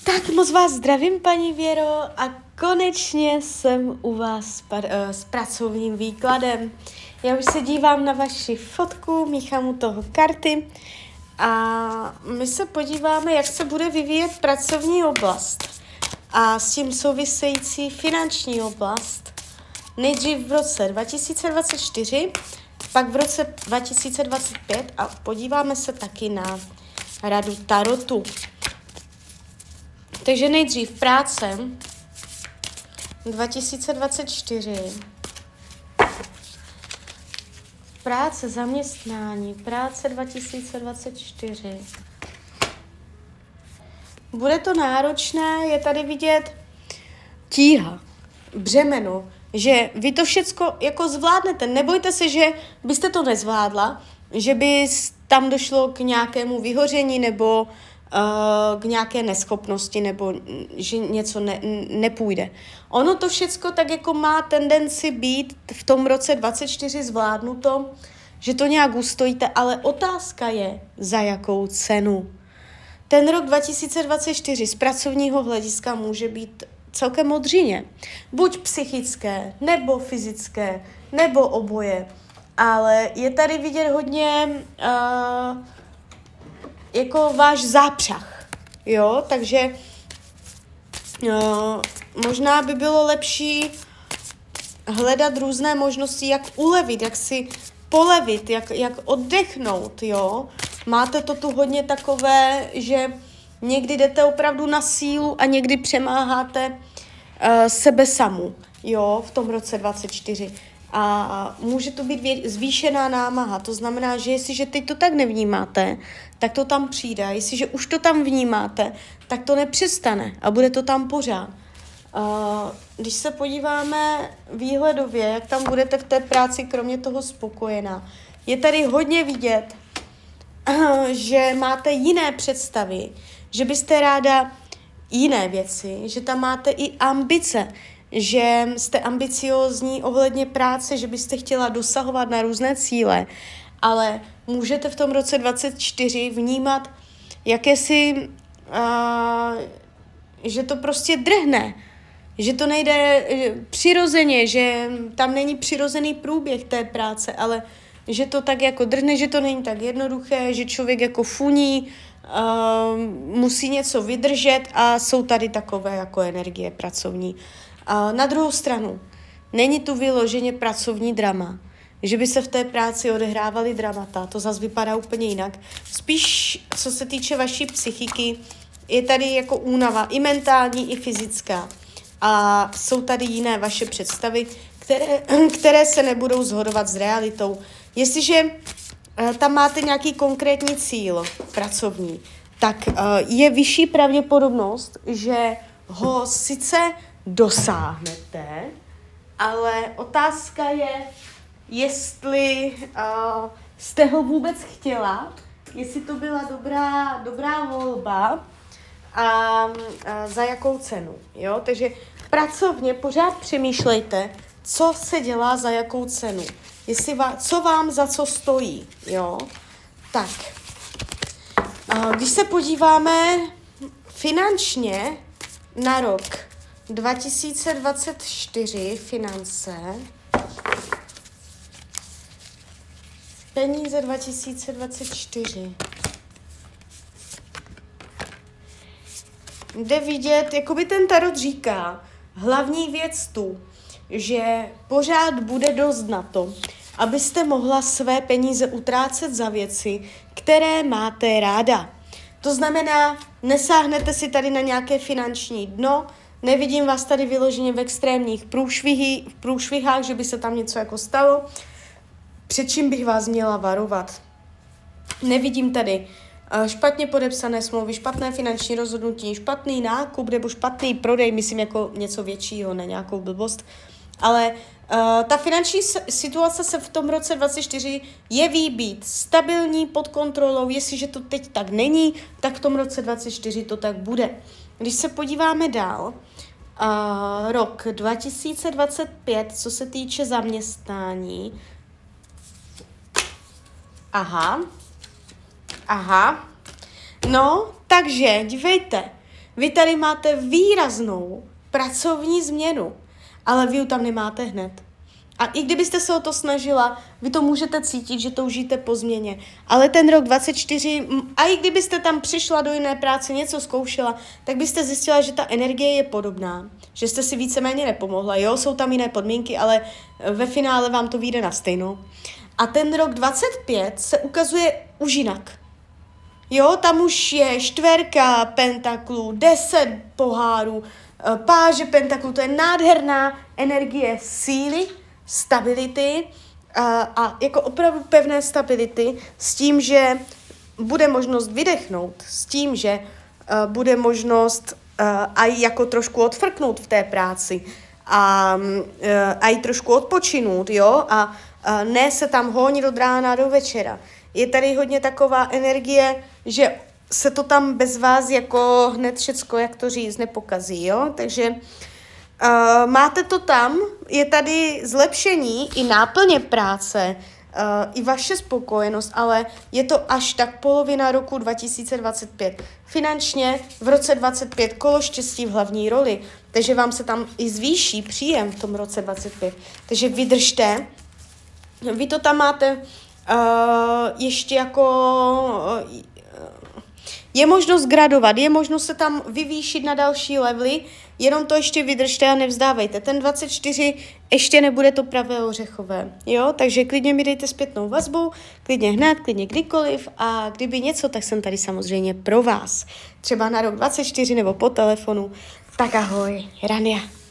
Tak moc vás zdravím, paní Věro, a konečně jsem u vás s pracovním výkladem. Já už se dívám na vaši fotku, míchám u toho karty a my se podíváme, jak se bude vyvíjet pracovní oblast a s tím související finanční oblast. Nejdřív v roce 2024, pak v roce 2025 a podíváme se taky na radu tarotu. Takže nejdřív práce 2024, práce, zaměstnání, práce 2024. Bude to náročné, je tady vidět tíha, břemeno, že vy to všecko jako zvládnete. Nebojte se, že byste to nezvládla, že by tam došlo k nějakému vyhoření nebo k nějaké neschopnosti nebo že něco nepůjde. Ono to všecko tak jako má tendenci být v tom roce 24 zvládnuto, že to nějak ustojíte, ale otázka je, za jakou cenu. Ten rok 2024 z pracovního hlediska může být celkem modřině. Buď psychické, nebo fyzické, nebo oboje. Ale je tady vidět hodně jako váš zápřah, jo, takže možná by bylo lepší hledat různé možnosti, jak ulevit, jak si polevit, jak oddechnout, jo. Máte to tu hodně takové, že někdy jdete opravdu na sílu a někdy přemáháte sebe samu, jo, v tom roce 24. A může to být zvýšená námaha, to znamená, že jestliže teď to tak nevnímáte, tak to tam přijde. A jestliže už to tam vnímáte, tak to nepřestane a bude to tam pořád. Když se podíváme výhledově, jak tam budete v té práci kromě toho spokojená, je tady hodně vidět, že máte jiné představy, že byste ráda jiné věci, že tam máte i ambice, že jste ambiciózní ohledně práce, že byste chtěla dosahovat na různé cíle, ale můžete v tom roce 24 vnímat jakési, že to prostě drhne, že to nejde přirozeně, že tam není přirozený průběh té práce, ale že to tak jako drhne, že to není tak jednoduché, že člověk jako funí, musí něco vydržet a jsou tady takové jako energie pracovní. Na druhou stranu, není tu vyloženě pracovní drama, že by se v té práci odehrávaly dramata, to zase vypadá úplně jinak. Spíš, co se týče vaší psychiky, je tady jako únava, i mentální, i fyzická. A jsou tady jiné vaše představy, které se nebudou shodovat s realitou. Jestliže tam máte nějaký konkrétní cíl pracovní, tak je vyšší pravděpodobnost, že ho sice dosáhnete, ale otázka je, jestli jste ho vůbec chtěla, jestli to byla dobrá volba a za jakou cenu. Jo? Takže pracovně pořád přemýšlejte, co se dělá za jakou cenu. Co vám za co stojí. Jo? Tak, když se podíváme finančně na rok 2024 finance, peníze 2024. Jde vidět, jakoby ten tarot říká, hlavní věc tu, že pořád bude dost na to, abyste mohla své peníze utrácet za věci, které máte ráda. To znamená, nesáhnete si tady na nějaké finanční dno, nevidím vás tady vyloženě v extrémních průšvihách, že by se tam něco jako stalo, před čím bych vás měla varovat. Nevidím tady špatně podepsané smlouvy, špatné finanční rozhodnutí, špatný nákup nebo špatný prodej, myslím jako něco většího, ne nějakou blbost, ale ta finanční situace se v tom roce 24 jeví být stabilní, pod kontrolou, jestliže to teď tak není, tak v tom roce 24 to tak bude. Když se podíváme dál, rok 2025, co se týče zaměstnání, Aha. No, takže, dívejte, Vy tady máte výraznou pracovní změnu, ale vy ji tam nemáte hned. A i kdybyste se o to snažila, vy to můžete cítit, že toužíte po změně. Ale ten rok 24, a i kdybyste tam přišla do jiné práce, něco zkoušela, tak byste zjistila, že ta energie je podobná. Že jste si víceméně nepomohla. Jo, jsou tam jiné podmínky, ale ve finále vám to vyjde na stejnou. A ten rok 25 se ukazuje už jinak. Jo, tam už je 4 pentaklů, 10 pohárů, páže pentaklů, to je nádherná energie síly, stability a jako opravdu pevné stability s tím, že bude možnost vydechnout, s tím, že bude možnost a jako trošku odfrknout v té práci a i trošku odpočinout, jo, a ne se tam honit od rána do večera. Je tady hodně taková energie, že se to tam bez vás jako hned všecko, jak to říct, nepokazí, jo, takže máte to tam, je tady zlepšení i náplně práce, i vaše spokojenost, ale je to až tak polovina roku 2025. Finančně v roce 25 kolo štěstí v hlavní roli, takže vám se tam i zvýší příjem v tom roce 25. Takže vydržte, vy to tam máte ještě jako... Je možnost gradovat, je možnost se tam vyvýšit na další levely, jenom to ještě vydržte a nevzdávejte. Ten 24 ještě nebude to pravé ořechové, jo? Takže klidně mi dejte zpětnou vazbu, klidně hned, klidně kdykoliv a kdyby něco, tak jsem tady samozřejmě pro vás. Třeba na rok 24 nebo po telefonu. Tak ahoj, Rania.